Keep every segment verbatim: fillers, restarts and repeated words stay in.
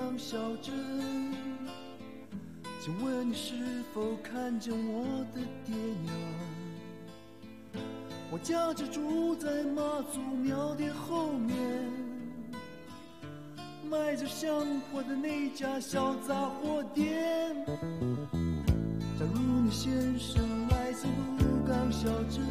小镇，请问你是否看见我的爹娘？我家就住在妈祖庙的后面，卖着香火的那家小杂货店。假如你先生来自鹿港小镇，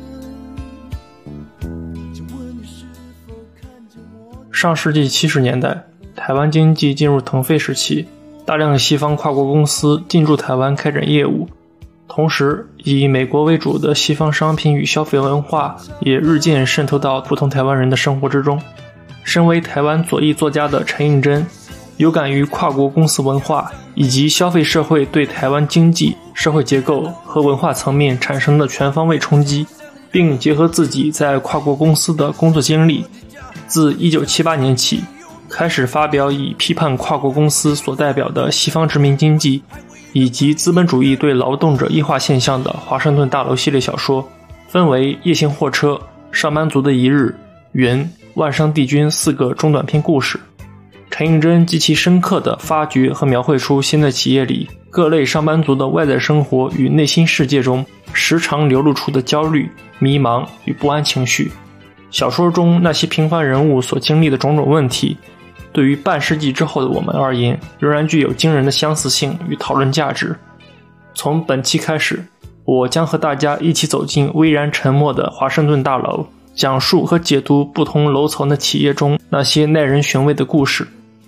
请问你是否看见我？ 上世纪七十年代，台湾经济进入腾飞时期，大量西方跨国公司进驻台湾开展业务，同时以美国为主的西方商品与消费文化也日渐渗透到普通台湾人的生活之中。身为台湾左翼作家的陈映真，有感于跨国公司文化以及消费社会对台湾经济、社会结构和文化层面产生的全方位冲击，并结合自己在跨国公司的工作经历，自一九七八年起开始发表以批判跨国公司所代表的西方殖民经济以及资本主义对劳动者异化现象的华盛顿大楼系列小说，分为夜行货车、上班族的一日、云、万商帝君四个中短篇故事。陈映真极其深刻地发掘和描绘出现在企业里各类上班族的外在生活与内心世界中时常流露出的焦虑、迷茫与不安情绪。小说中那些平凡人物所经历的种种问题，对于半世纪之后的我们而言，仍然具有惊人的相似性与讨论价值。从本期开始，我将和大家一起走进巍然沉默的华盛顿大楼，讲述和解读不同楼层的企业中那些耐人寻味的故事。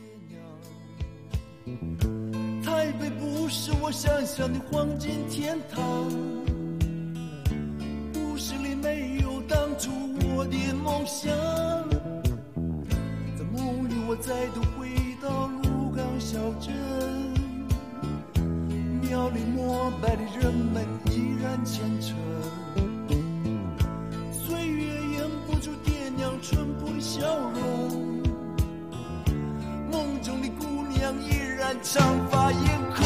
台北不是我想象的黄金天堂，都市里没有当初我的梦想，在梦里我再度回到鹿港小镇，庙里膜拜的人们依然虔诚，岁月掩不住爹娘淳朴的笑容，梦中的姑娘依然长发艳空。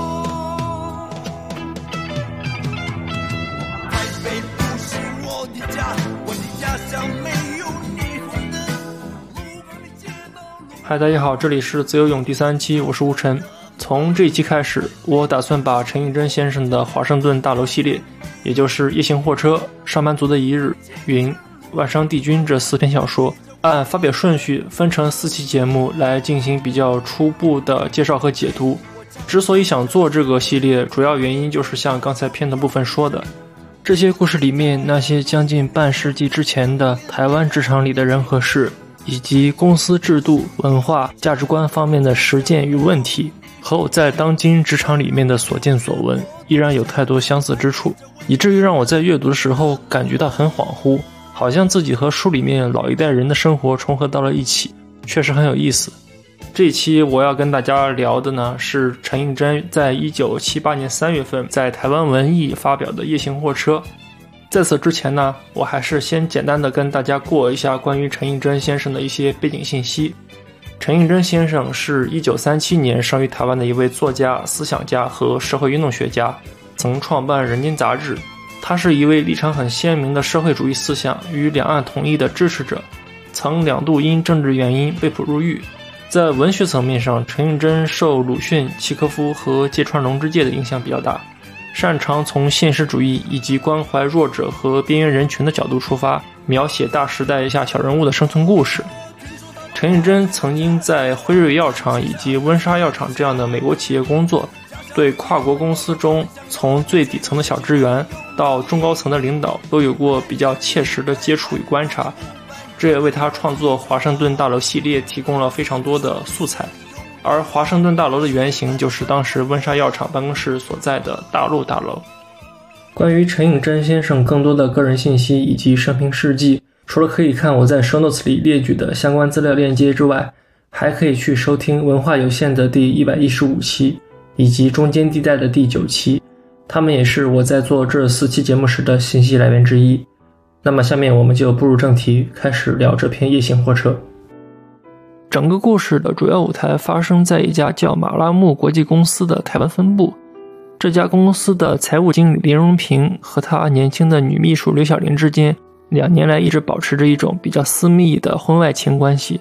台北不是我的家，我的家乡没有霓虹灯，鹿港的街道。 嗨，大家好，这里是自由泳第三期，我是吴晨。从这一期开始，我打算把陈映真先生的华盛顿大楼系列，也就是夜行货车、上班族的一日、云、万商帝君这四篇小说，按发表顺序分成四期节目来进行比较初步的介绍和解读。之所以想做这个系列，主要原因就是像刚才片头部分说的，这些故事里面那些将近半世纪之前的台湾职场里的人和事，以及公司制度、文化、价值观方面的实践与问题，和我在当今职场里面的所见所闻依然有太多相似之处，以至于让我在阅读的时候感觉到很恍惚，好像自己和书里面老一代人的生活重合到了一起，确实很有意思。这一期我要跟大家聊的呢，是陈映真在一九七八年三月份在台湾文艺发表的《夜行货车》。在此之前呢，我还是先简单的跟大家过一下关于陈映真先生的一些背景信息。陈映真先生是一九三七年生于台湾的一位作家、思想家和社会运动学家，曾创办《人间》杂志。他是一位立场很鲜明的社会主义思想与两岸统一的支持者，曾两度因政治原因被捕入狱。在文学层面上，陈映真受鲁迅、契诃夫和芥川龙之介的影响比较大，擅长从现实主义以及关怀弱者和边缘人群的角度出发，描写大时代下小人物的生存故事。陈映真曾经在辉瑞药厂以及温莎药厂这样的美国企业工作，对跨国公司中从最底层的小职员到中高层的领导都有过比较切实的接触与观察，这也为他创作华盛顿大楼系列提供了非常多的素材。而华盛顿大楼的原型就是当时温莎药厂办公室所在的大陆大楼。关于陈映真先生更多的个人信息以及生平事迹，除了可以看我在 show notes 里列举的相关资料链接之外，还可以去收听文化有限的第一百一十五期以及中间地带的第九期，他们也是我在做这四期节目时的信息来源之一。那么下面我们就步入正题，开始聊这篇夜行货车。整个故事的主要舞台发生在一家叫马拉木国际公司的台湾分部。这家公司的财务经理林荣平和他年轻的女秘书刘小玲之间，两年来一直保持着一种比较私密的婚外情关系。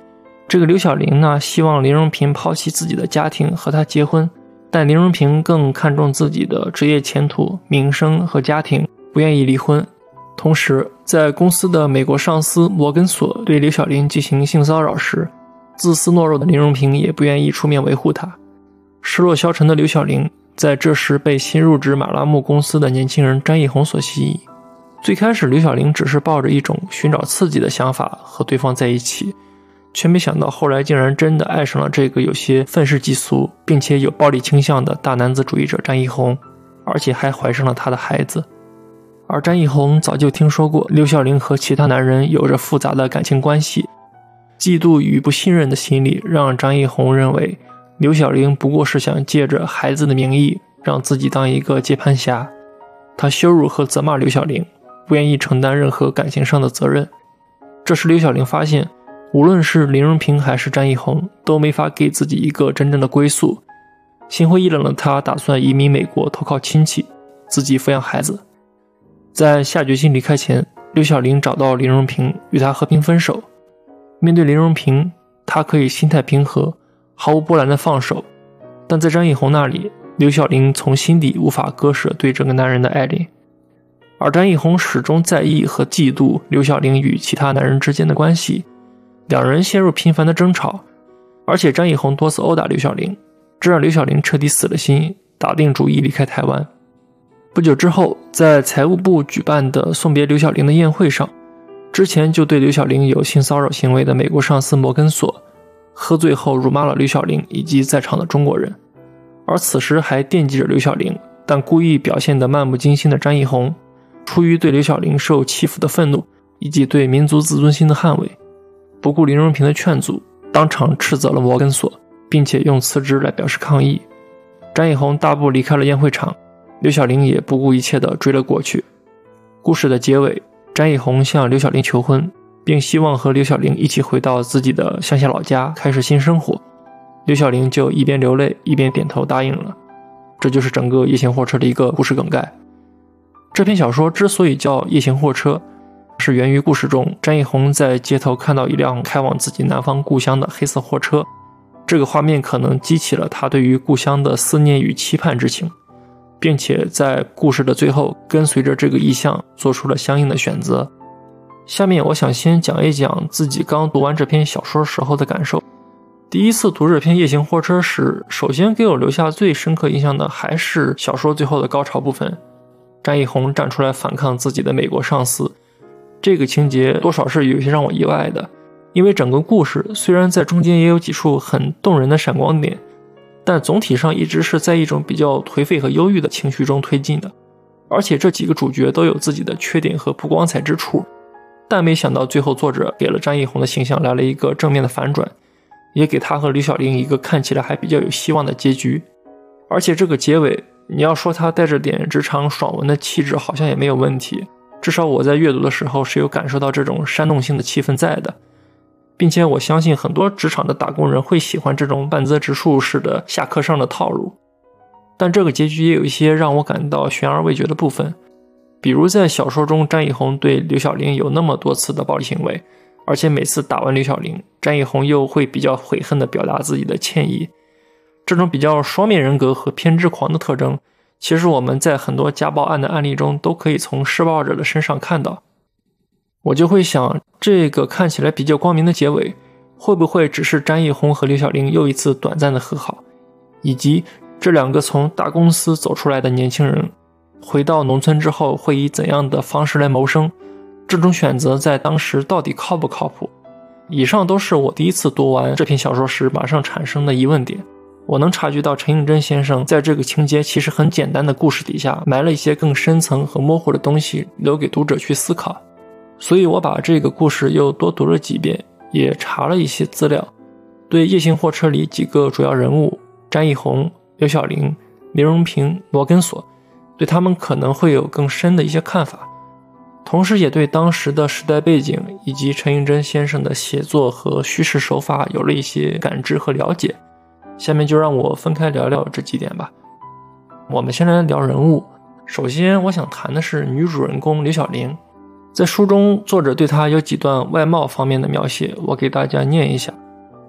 这个刘晓玲呢，希望林荣平抛弃自己的家庭和他结婚，但林荣平更看重自己的职业前途、名声和家庭，不愿意离婚。同时，在公司的美国上司摩根索对刘晓玲进行性骚扰时，自私懦弱的林荣平也不愿意出面维护他。失落消沉的刘晓玲在这时被新入职马拉木公司的年轻人詹义宏所吸引。最开始刘晓玲只是抱着一种寻找刺激的想法和对方在一起，却没想到后来竟然真的爱上了这个有些愤世嫉俗并且有暴力倾向的大男子主义者詹义宏，而且还怀上了他的孩子。而詹义宏早就听说过刘晓玲和其他男人有着复杂的感情关系，嫉妒与不信任的心理让詹义宏认为刘晓玲不过是想借着孩子的名义让自己当一个接盘侠。他羞辱和责骂刘晓玲，不愿意承担任何感情上的责任。这时刘晓玲发现，无论是林荣平还是詹义宏都没法给自己一个真正的归宿。心灰意冷的他打算移民美国投靠亲戚，自己抚养孩子。在下决心离开前，刘晓玲找到林荣平，与他和平分手。面对林荣平，他可以心态平和，毫无波澜的放手，但在詹义宏那里，刘晓玲从心底无法割舍对这个男人的爱恋。而詹义宏始终在意和嫉妒刘晓玲与其他男人之间的关系，两人陷入频繁的争吵，而且詹义宏多次殴打刘晓玲，这让刘晓玲彻底死了心，打定主意离开台湾。不久之后，在财务部举办的送别刘晓玲的宴会上，之前就对刘晓玲有性骚扰行为的美国上司摩根索喝醉后辱骂了刘晓玲以及在场的中国人，而此时还惦记着刘晓玲但故意表现得漫不经心的詹义宏，出于对刘晓玲受欺负的愤怒以及对民族自尊心的捍卫，不顾林荣平的劝阻，当场斥责了摩根索，并且用辞职来表示抗议。詹义宏大步离开了宴会场，刘晓玲也不顾一切地追了过去。故事的结尾，詹义宏向刘晓玲求婚，并希望和刘晓玲一起回到自己的乡下老家开始新生活。刘晓玲就一边流泪一边点头答应了。这就是整个夜行货车的一个故事梗概。这篇小说之所以叫夜行货车，是源于故事中詹义宏在街头看到一辆开往自己南方故乡的黑色货车，这个画面可能激起了他对于故乡的思念与期盼之情，并且在故事的最后跟随着这个意象做出了相应的选择。下面我想先讲一讲自己刚读完这篇小说时候的感受。第一次读这篇夜行货车时，首先给我留下最深刻印象的还是小说最后的高潮部分，詹义宏站出来反抗自己的美国上司，这个情节多少是有些让我意外的，因为整个故事虽然在中间也有几处很动人的闪光点，但总体上一直是在一种比较颓废和忧郁的情绪中推进的，而且这几个主角都有自己的缺点和不光彩之处，但没想到最后作者给了詹义宏的形象来了一个正面的反转，也给他和刘晓玲一个看起来还比较有希望的结局。而且这个结尾，你要说他带着点职场爽文的气质好像也没有问题，至少我在阅读的时候是有感受到这种煽动性的气氛在的，并且我相信很多职场的打工人会喜欢这种半泽直树式的下课上的套路。但这个结局也有一些让我感到悬而未决的部分，比如在小说中詹义宏对刘晓玲有那么多次的暴力行为，而且每次打完刘晓玲，詹义宏又会比较悔恨地表达自己的歉意。这种比较双面人格和偏执狂的特征，其实我们在很多家暴案的案例中都可以从施暴者的身上看到。我就会想，这个看起来比较光明的结尾，会不会只是詹义宏和刘晓玲又一次短暂的和好，以及这两个从大公司走出来的年轻人回到农村之后会以怎样的方式来谋生，这种选择在当时到底靠不靠谱？以上都是我第一次读完这篇小说时马上产生的疑问点。我能察觉到陈映真先生在这个情节其实很简单的故事底下埋了一些更深层和模糊的东西，留给读者去思考。所以我把这个故事又多读了几遍，也查了一些资料，对夜行货车里几个主要人物詹义宏、刘晓玲、林荣平、摩根索，对他们可能会有更深的一些看法，同时也对当时的时代背景以及陈映真先生的写作和叙事手法有了一些感知和了解。下面就让我分开聊聊这几点吧。我们先来聊人物。首先我想谈的是女主人公刘晓玲。在书中作者对她有几段外貌方面的描写，我给大家念一下。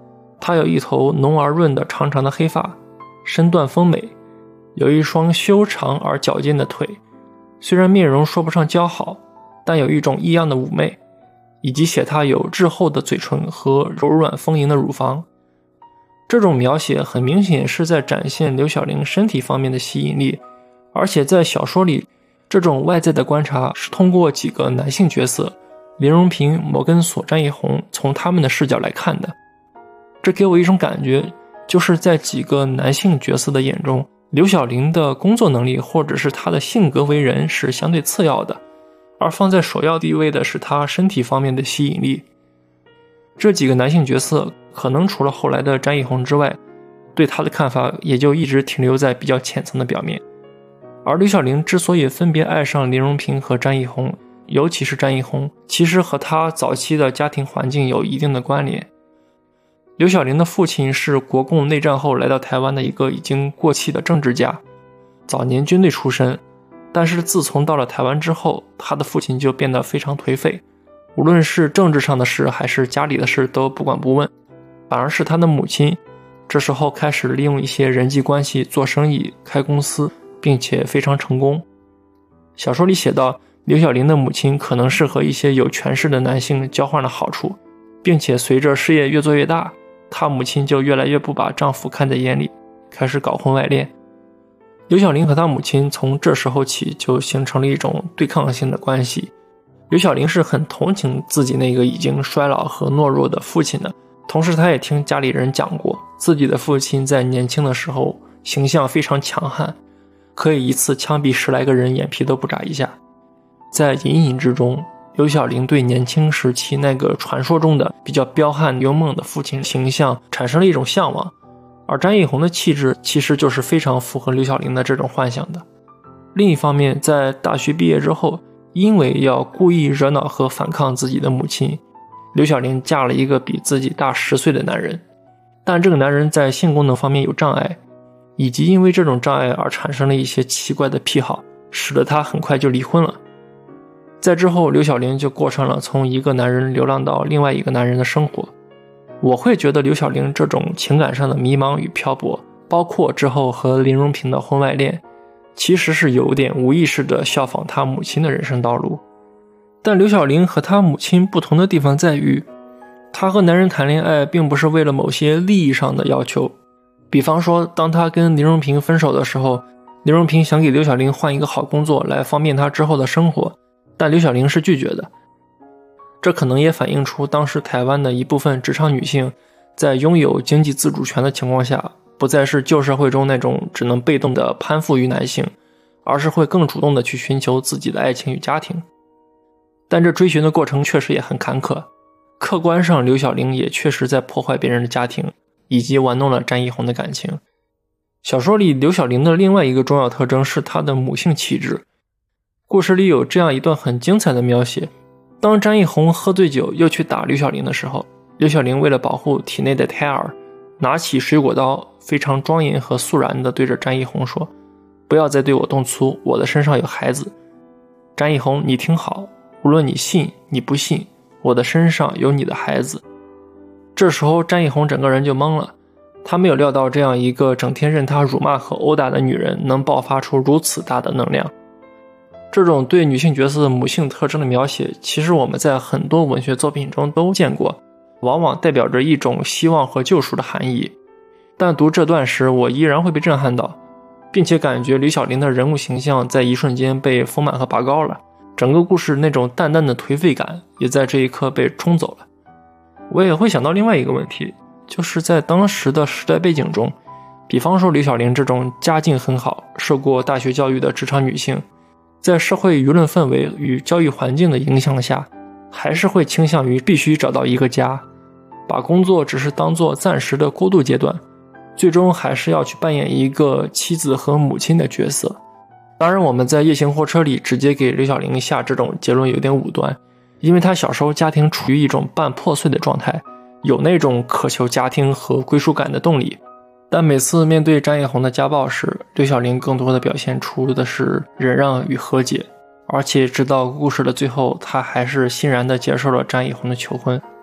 她有一头浓而润的长长的黑发，身段丰美，有一双修长而矫健的腿，虽然面容说不上姣好，但有一种异样的妩媚，以及写她有质厚的嘴唇和柔软丰盈的乳房。这种描写很明显是在展现刘晓玲身体方面的吸引力，而且在小说里，这种外在的观察是通过几个男性角色林荣平、摩根索、张艺宏从他们的视角来看的。这给我一种感觉，就是在几个男性角色的眼中，刘晓玲的工作能力或者是她的性格为人是相对次要的，而放在首要地位的是她身体方面的吸引力。这几个男性角色可能除了后来的张艺宏之外，对她的看法也就一直停留在比较浅层的表面。而刘晓玲之所以分别爱上林荣平和张艺宏，尤其是张艺宏，其实和她早期的家庭环境有一定的关联。刘晓玲的父亲是国共内战后来到台湾的一个已经过气的政治家，早年军队出身，但是自从到了台湾之后，他的父亲就变得非常颓废，无论是政治上的事还是家里的事都不管不问，反而是他的母亲这时候开始利用一些人际关系做生意开公司，并且非常成功。小说里写到，刘晓玲的母亲可能是和一些有权势的男性交换了好处，并且随着事业越做越大，她母亲就越来越不把丈夫看在眼里，开始搞婚外恋。刘晓玲和她母亲从这时候起就形成了一种对抗性的关系。刘晓玲是很同情自己那个已经衰老和懦弱的父亲的，同时她也听家里人讲过，自己的父亲在年轻的时候形象非常强悍，可以一次枪毙十来个人眼皮都不眨一下。在隐隐之中，刘晓玲对年轻时期那个传说中的比较彪悍勇猛的父亲形象产生了一种向往，而张艺宏的气质其实就是非常符合刘晓玲的这种幻想的。另一方面，在大学毕业之后，因为要故意惹恼和反抗自己的母亲，刘晓玲嫁了一个比自己大十岁的男人，但这个男人在性功能方面有障碍，以及因为这种障碍而产生了一些奇怪的癖好，使得他很快就离婚了。在之后，刘晓玲就过上了从一个男人流浪到另外一个男人的生活。我会觉得刘晓玲这种情感上的迷茫与漂泊，包括之后和林荣平的婚外恋，其实是有点无意识地效仿她母亲的人生道路。但刘晓玲和她母亲不同的地方在于，她和男人谈恋爱并不是为了某些利益上的要求。比方说，当她跟林荣平分手的时候，林荣平想给刘晓玲换一个好工作来方便她之后的生活，但刘晓玲是拒绝的。这可能也反映出当时台湾的一部分职场女性在拥有经济自主权的情况下，不再是旧社会中那种只能被动的攀附于男性，而是会更主动的去寻求自己的爱情与家庭。但这追寻的过程确实也很坎坷，客观上刘晓玲也确实在破坏别人的家庭，以及玩弄了张艺宏的感情。小说里刘晓玲的另外一个重要特征是她的母性气质。故事里有这样一段很精彩的描写，当张艺宏喝醉酒又去打刘晓玲的时候，刘晓玲为了保护体内的胎儿，拿起水果刀，非常庄严和肃然地对着张艺宏说，不要再对我动粗，我的身上有孩子。张艺宏，你听好，无论你信你不信，我的身上有你的孩子。这时候张艺宏整个人就懵了，他没有料到这样一个整天任他辱骂和殴打的女人能爆发出如此大的能量。这种对女性角色的母性特征的描写，其实我们在很多文学作品中都见过，往往代表着一种希望和救赎的含义。但读这段时，我依然会被震撼到，并且感觉刘晓玲的人物形象在一瞬间被丰满和拔高了，整个故事那种淡淡的颓废感也在这一刻被冲走了。我也会想到另外一个问题，就是在当时的时代背景中，比方说刘晓玲这种家境很好、受过大学教育的职场女性，在社会舆论氛围与教育环境的影响下，还是会倾向于必须找到一个家，把工作只是当作暂时的过渡阶段，最终还是要去扮演一个妻子和母亲的角色。当然我们在夜行货车里直接给刘晓玲下这种结论有点武断，因为她小时候家庭处于一种半破碎的状态，有那种渴求家庭和归属感的动力。但每次面对张艺宏的家暴时，刘晓玲更多的表现出的是忍让与和解，而且直到故事的最后，她还是欣然地接受了张艺宏的求婚。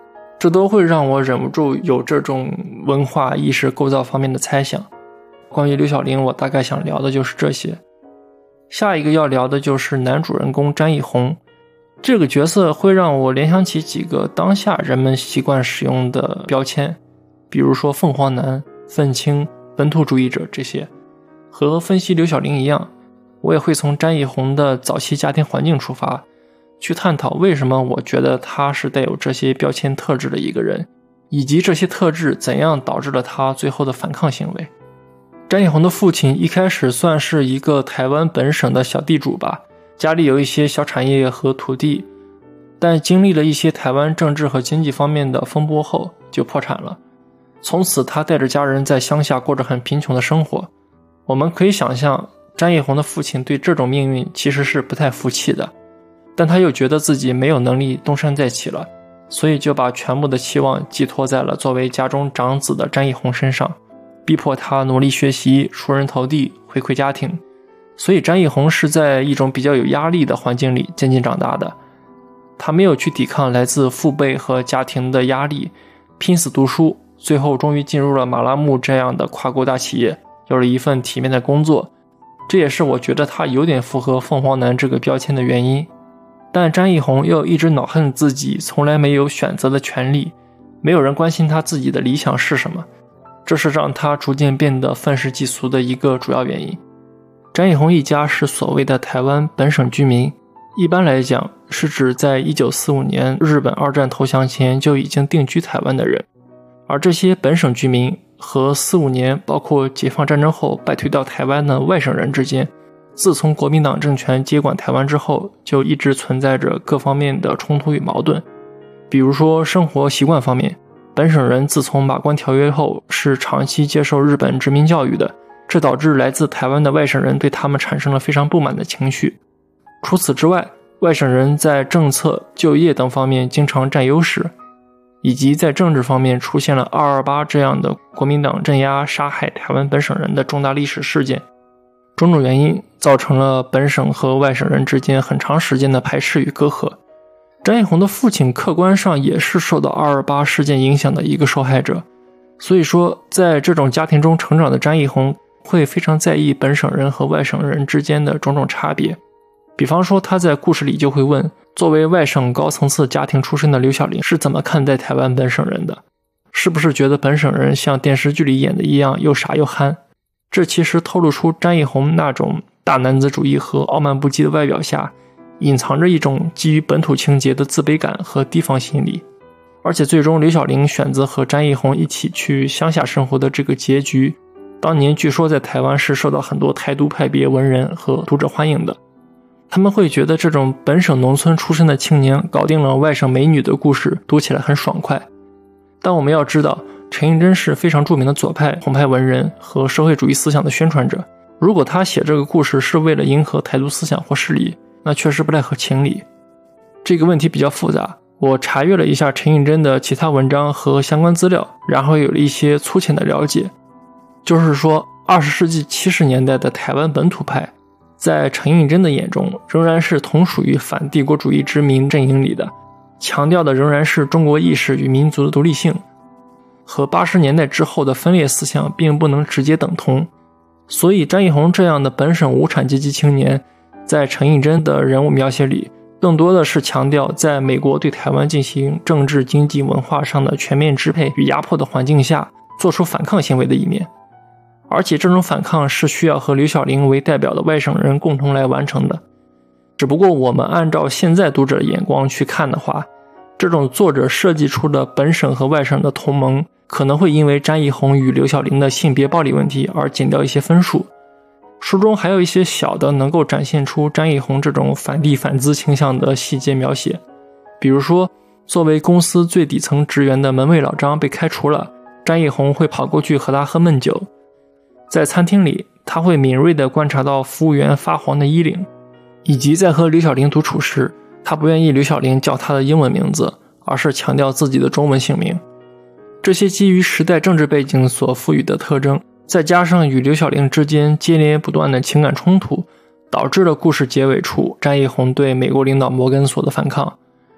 这都会让我忍不住有这种文化意识构造方面的猜想。关于刘晓玲，我大概想聊的就是这些。下一个要聊的就是男主人公詹奕宏，这个角色会让我联想起几个当下人们习惯使用的标签，比如说凤凰男、愤青、本土主义者这些。和分析刘晓玲一样，我也会从詹奕宏的早期家庭环境出发，去探讨为什么我觉得他是带有这些标签特质的一个人，以及这些特质怎样导致了他最后的反抗行为。詹奕宏的父亲一开始算是一个台湾本省的小地主吧，家里有一些小产业和土地，但经历了一些台湾政治和经济方面的风波后就破产了。从此他带着家人在乡下过着很贫穷的生活。我们可以想象詹奕宏的父亲对这种命运其实是不太服气的，但他又觉得自己没有能力东山再起了，所以就把全部的期望寄托在了作为家中长子的詹奕宏身上，逼迫他努力学习，出人头地，回馈家庭。所以詹奕宏是在一种比较有压力的环境里渐渐长大的，他没有去抵抗来自父辈和家庭的压力，拼死读书，最后终于进入了马拉木这样的跨国大企业，有了一份体面的工作。这也是我觉得他有点符合凤凰男这个标签的原因。但詹奕宏又一直恼恨自己从来没有选择的权利，没有人关心他自己的理想是什么，这是让他逐渐变得愤世嫉俗的一个主要原因。詹奕宏一家是所谓的台湾本省居民，一般来讲是指在一九四五年日本二战投降前就已经定居台湾的人，而这些本省居民和四五年包括解放战争后败退到台湾的外省人之间，自从国民党政权接管台湾之后，就一直存在着各方面的冲突与矛盾。比如说生活习惯方面，本省人自从马关条约后是长期接受日本殖民教育的，这导致来自台湾的外省人对他们产生了非常不满的情绪。除此之外，外省人在政策、就业等方面经常占优势，以及在政治方面出现了二二八这样的国民党镇压杀害台湾本省人的重大历史事件。种种原因造成了本省和外省人之间很长时间的排斥与隔阂。詹奕宏的父亲客观上也是受到二二八事件影响的一个受害者，所以说在这种家庭中成长的詹奕宏会非常在意本省人和外省人之间的种种差别。比方说他在故事里就会问，作为外省高层次家庭出身的刘晓玲是怎么看待台湾本省人的，是不是觉得本省人像电视剧里演的一样又傻又憨。这其实透露出詹奕宏那种大男子主义和傲慢不羁的外表下，隐藏着一种基于本土情节的自卑感和提防心理。而且最终刘晓玲选择和詹奕宏一起去乡下生活的这个结局，当年据说在台湾是受到很多台独派别文人和读者欢迎的。他们会觉得这种本省农村出身的青年搞定了外省美女的故事读起来很爽快。但我们要知道，陈映真是非常著名的左派、红派文人和社会主义思想的宣传者，如果他写这个故事是为了迎合台独思想或势力，那确实不太合情理。这个问题比较复杂，我查阅了一下陈映真的其他文章和相关资料，然后有了一些粗浅的了解。就是说二十世纪七十年代的台湾本土派在陈映真的眼中仍然是同属于反帝国主义殖民阵营里的，强调的仍然是中国意识与民族的独立性，和八十年代之后的分裂思想并不能直接等同。所以詹奕宏这样的本省无产阶级青年在陈映真的人物描写里，更多的是强调在美国对台湾进行政治、经济、文化上的全面支配与压迫的环境下做出反抗行为的一面。而且这种反抗是需要和刘晓玲为代表的外省人共同来完成的。只不过我们按照现在读者的眼光去看的话，这种作者设计出的本省和外省的同盟可能会因为詹奕宏与刘晓玲的性别暴力问题而减掉一些分数。书中还有一些小的能够展现出詹奕宏这种反帝反资倾向的细节描写，比如说作为公司最底层职员的门卫老张被开除了，詹奕宏会跑过去和他喝闷酒。在餐厅里，他会敏锐地观察到服务员发黄的衣领，以及在和刘晓玲独处时，他不愿意刘晓玲叫他的英文名字，而是强调自己的中文姓名。这些基于时代政治背景所赋予的特征，再加上与刘晓玲之间接连不断的情感冲突，导致了故事结尾处詹奕宏对美国领导摩根索的反抗。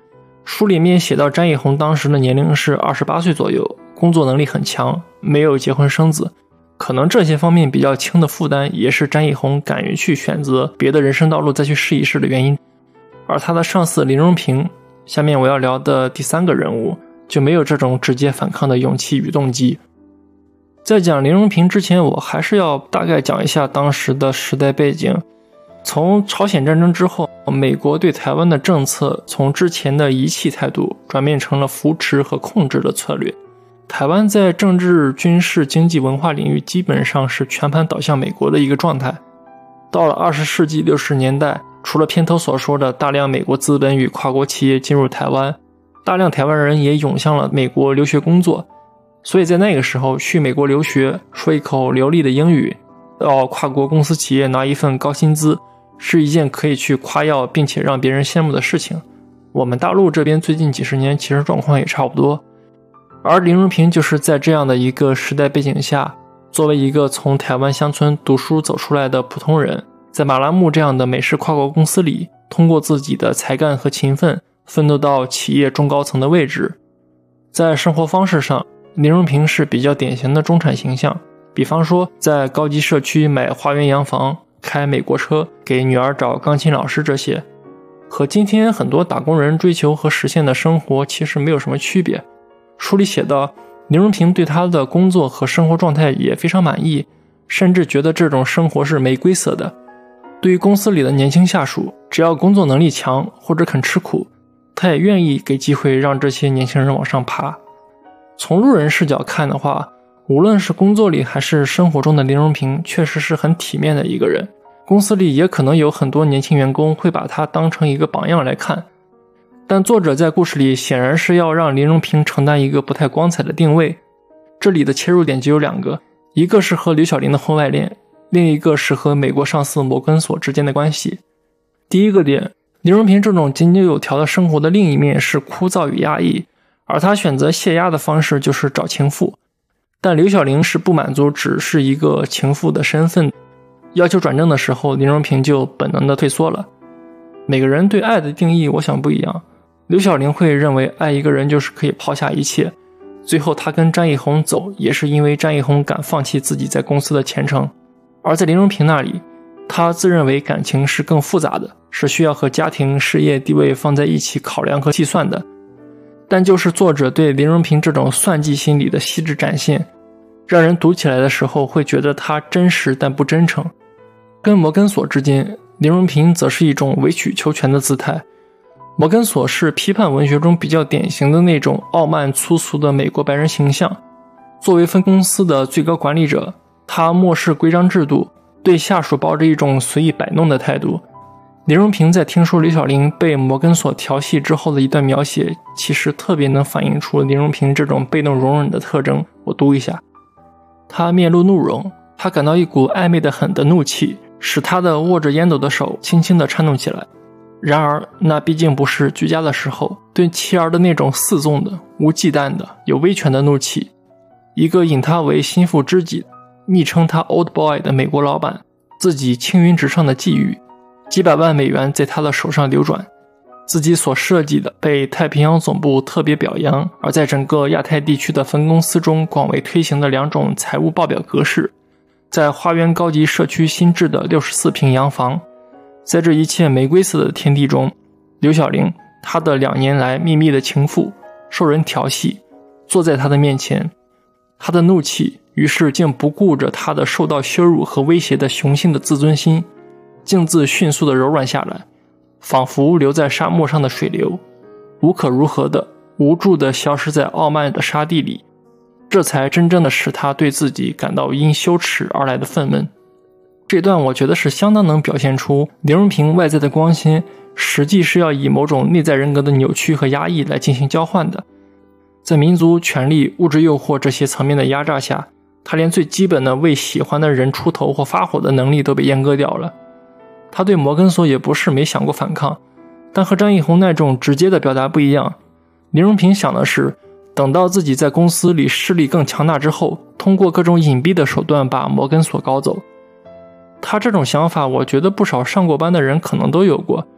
书里面写到张艺宏当时的年龄是二十八岁左右，工作能力很强，没有结婚生子，可能这些方面比较轻的负担也是张艺宏敢于去选择别的人生道路再去试一试的原因。而他的上司林荣平，下面我要聊的第三个人物，就没有这种直接反抗的勇气与动机。在讲林荣平之前，我还是要大概讲一下当时的时代背景。从朝鲜战争之后，美国对台湾的政策从之前的遗弃态度转变成了扶持和控制的策略。台湾在政治、军事、经济、文化领域基本上是全盘倒向美国的一个状态。到了二十世纪六十年代，除了片头所说的大量美国资本与跨国企业进入台湾，大量台湾人也涌向了美国留学工作。所以在那个时候，去美国留学，说一口流利的英语，到跨国公司企业拿一份高薪资，是一件可以去夸耀并且让别人羡慕的事情。我们大陆这边最近几十年其实状况也差不多。而林荣平就是在这样的一个时代背景下，作为一个从台湾乡村读书走出来的普通人，在马拉木这样的美式跨国公司里，通过自己的才干和勤奋奋斗到企业中高层的位置。在生活方式上，林荣平是比较典型的中产形象，比方说在高级社区买花园洋房，开美国车，给女儿找钢琴老师，这些和今天很多打工人追求和实现的生活其实没有什么区别。书里写道，林荣平对他的工作和生活状态也非常满意，甚至觉得这种生活是玫瑰色的。对于公司里的年轻下属，只要工作能力强或者肯吃苦，他也愿意给机会让这些年轻人往上爬。从路人视角看的话，无论是工作里还是生活中的林荣平确实是很体面的一个人，公司里也可能有很多年轻员工会把他当成一个榜样来看。但作者在故事里显然是要让林荣平承担一个不太光彩的定位，这里的切入点就有两个，一个是和刘晓玲的婚外恋，另一个是和美国上司摩根索之间的关系。第一个点，林荣平这种井井有条的生活的另一面是枯燥与压抑，而他选择泄压的方式就是找情妇。但刘晓玲是不满足只是一个情妇的身份，要求转正的时候，林荣平就本能的退缩了。每个人对爱的定义我想不一样，刘晓玲会认为爱一个人就是可以抛下一切，最后他跟张艺宏走也是因为张艺宏敢放弃自己在公司的前程。而在林荣平那里，他自认为感情是更复杂的，是需要和家庭、事业、地位放在一起考量和计算的。但就是作者对林荣平这种算计心理的细致展现，让人读起来的时候会觉得他真实但不真诚。跟摩根索之间，林荣平则是一种委曲求全的姿态。摩根索是批判文学中比较典型的那种傲慢粗俗的美国白人形象。作为分公司的最高管理者，他漠视规章制度，对下属抱着一种随意摆弄的态度。林荣平在听说刘晓玲被摩根索调戏之后的一段描写，其实特别能反映出林荣平这种被动容忍的特征。我读一下，他面露怒容，他感到一股暧昧的很的怒气，使他的握着烟斗的手轻轻地颤动起来。然而那毕竟不是居家的时候，对妻儿的那种肆纵的、无忌惮的、有威权的怒气，一个引他为心腹知己、昵称他 Old Boy 的美国老板，自己青云直上的际遇，几百万美元在他的手上流转，自己所设计的被太平洋总部特别表扬，而在整个亚太地区的分公司中广为推行的两种财务报表格式，在花园高级社区新制的六十四平洋房。在这一切玫瑰色的天地中，刘晓玲，他的两年来秘密的情妇，受人调戏，坐在他的面前。他的怒气于是竟不顾着他的受到羞辱和威胁的雄性的自尊心，径自迅速地柔软下来，仿佛流在沙漠上的水流，无可如何的无助地消失在傲慢的沙地里。这才真正的使他对自己感到因羞耻而来的愤懑。这段我觉得是相当能表现出林荣平外在的光鲜，实际是要以某种内在人格的扭曲和压抑来进行交换的。在民族、权力、物质诱惑这些层面的压榨下，他连最基本的为喜欢的人出头或发火的能力都被阉割掉了。他对摩根索也不是没想过反抗，但和张艺宏那种直接的表达不一样。林荣平想的是，等到自己在公司里势力更强大之后，通过各种隐蔽的手段把摩根索搞走。他这种想法，我觉得不少上过班的人可能都有过。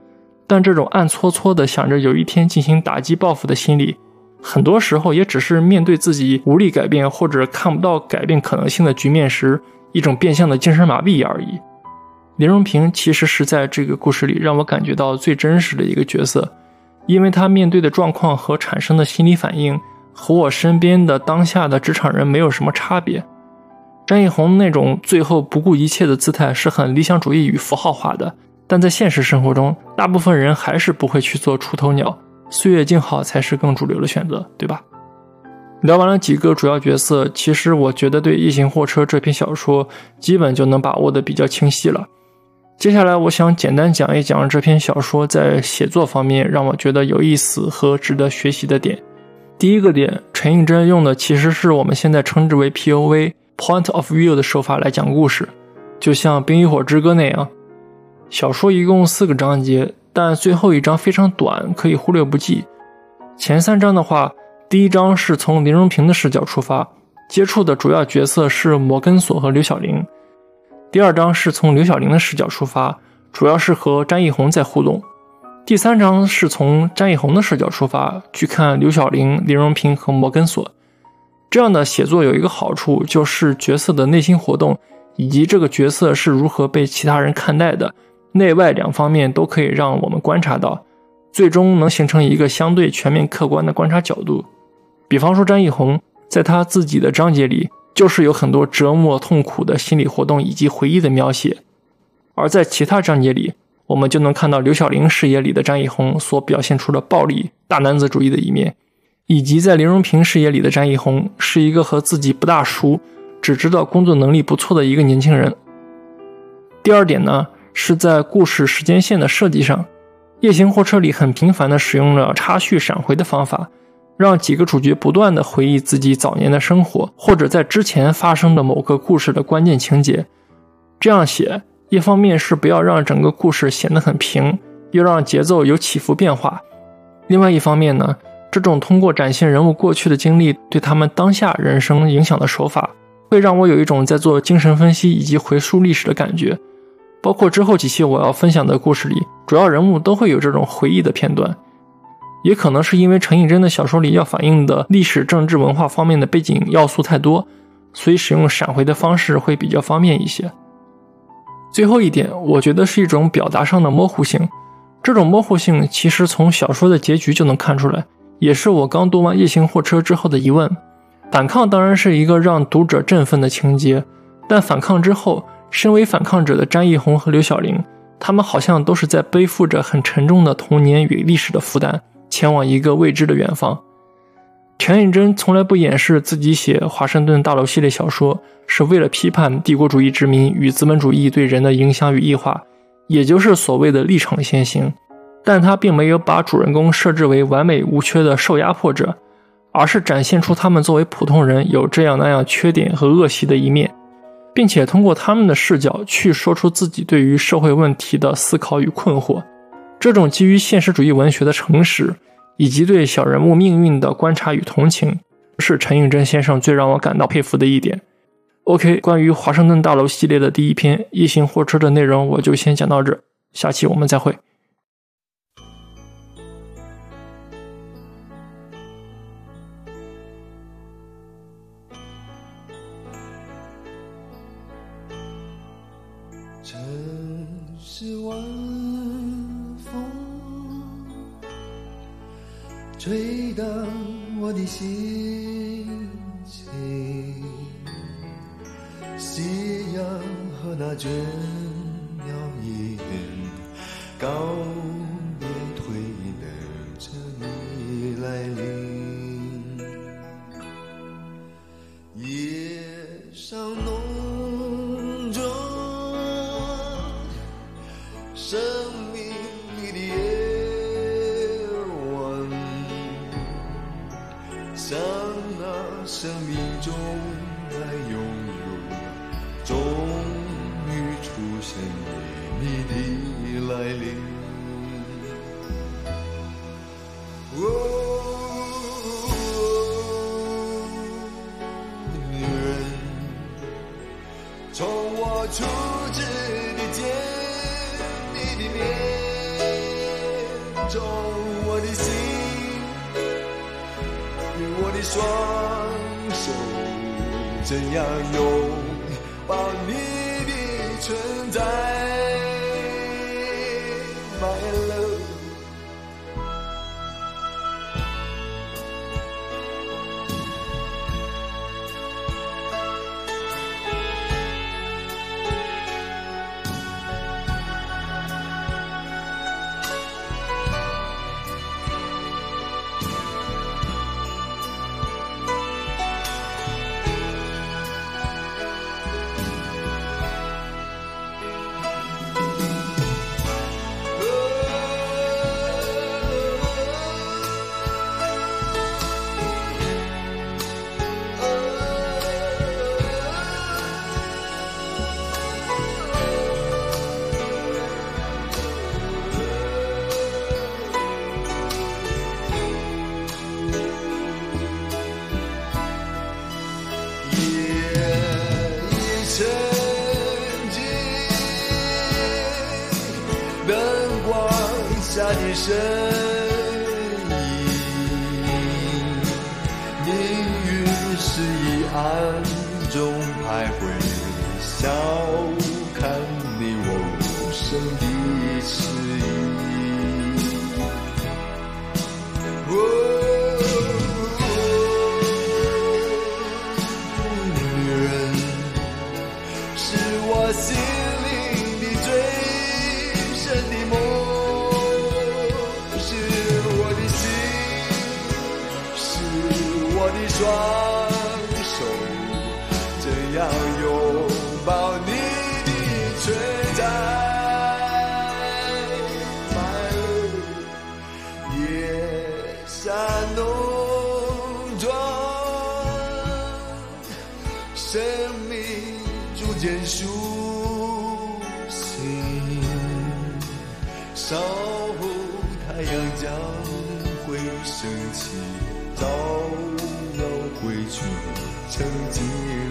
但这种暗搓搓的想着有一天进行打击报复的心理，很多时候也只是面对自己无力改变或者看不到改变可能性的局面时一种变相的精神麻痹而已。林荣平其实是在这个故事里让我感觉到最真实的一个角色，因为他面对的状况和产生的心理反应和我身边的当下的职场人没有什么差别。张艺宏那种最后不顾一切的姿态是很理想主义与符号化的，但在现实生活中，大部分人还是不会去做出头鸟，岁月静好才是更主流的选择，对吧？聊完了几个主要角色，其实我觉得对《夜行货车》这篇小说基本就能把握的比较清晰了。接下来我想简单讲一讲这篇小说在写作方面让我觉得有意思和值得学习的点。第一个点，陈映真用的其实是我们现在称之为 P O V Point of View 的手法来讲故事，就像《冰与火之歌》那样。小说一共四个章节，但最后一章非常短，可以忽略不计。前三章的话，第一章是从林荣平的视角出发，接触的主要角色是摩根索和刘晓玲。第二章是从刘晓玲的视角出发，主要是和詹艺宏在互动。第三章是从詹艺宏的视角出发，去看刘晓玲、林荣平和摩根索。这样的写作有一个好处，就是角色的内心活动以及这个角色是如何被其他人看待的，内外两方面都可以让我们观察到，最终能形成一个相对全面客观的观察角度。比方说詹艺宏在他自己的章节里就是有很多折磨痛苦的心理活动以及回忆的描写，而在其他章节里我们就能看到刘晓玲视野里的詹艺宏所表现出的暴力大男子主义的一面，以及在林荣平视野里的詹艺宏是一个和自己不大熟只知道工作能力不错的一个年轻人。第二点呢，是在故事时间线的设计上，夜行货车里很频繁地使用了插叙闪回的方法，让几个主角不断地回忆自己早年的生活，或者在之前发生的某个故事的关键情节。这样写，一方面是不要让整个故事显得很平，又让节奏有起伏变化。另外一方面呢，这种通过展现人物过去的经历对他们当下人生影响的手法，会让我有一种在做精神分析以及回溯历史的感觉。包括之后几期我要分享的故事里，主要人物都会有这种回忆的片段。也可能是因为陈映真的小说里要反映的历史、政治、文化方面的背景要素太多，所以使用闪回的方式会比较方便一些。最后一点，我觉得是一种表达上的模糊性。这种模糊性其实从小说的结局就能看出来，也是我刚读完《夜行货车》之后的疑问。反抗当然是一个让读者振奋的情节，但反抗之后，身为反抗者的詹艺宏和刘晓玲，他们好像都是在背负着很沉重的童年与历史的负担，前往一个未知的远方。陈映真从来不掩饰自己写华盛顿大楼系列小说是为了批判帝国主义殖民与资本主义对人的影响与异化，也就是所谓的立场先行，但他并没有把主人公设置为完美无缺的受压迫者，而是展现出他们作为普通人有这样那样缺点和恶习的一面，并且通过他们的视角去说出自己对于社会问题的思考与困惑。这种基于现实主义文学的诚实，以及对小人物命运的观察与同情，是陈映真先生最让我感到佩服的一点。OK， 关于华盛顿大楼系列的第一篇《夜行货车》的内容我就先讲到这，下期我们再会。 城市晚风吹荡我的心情，夕阳和那倦鸟一样，告别推等着你来临。夜上浓妆，生命里的夜晚，像那生命中来拥有，终于出现你的来临。哦，女人，从我初知的见你的面， 中我的心，用我的双手怎样拥抱你的存在 My love。下的身影，命运是一暗中徘徊，笑看你我无声的迟疑。哦，女人是我心灵的最深的梦。我的双手怎样拥抱你的存在 My love。 夜下浓妆，生命逐渐苏醒，稍后太阳将会升起，照耀回去曾经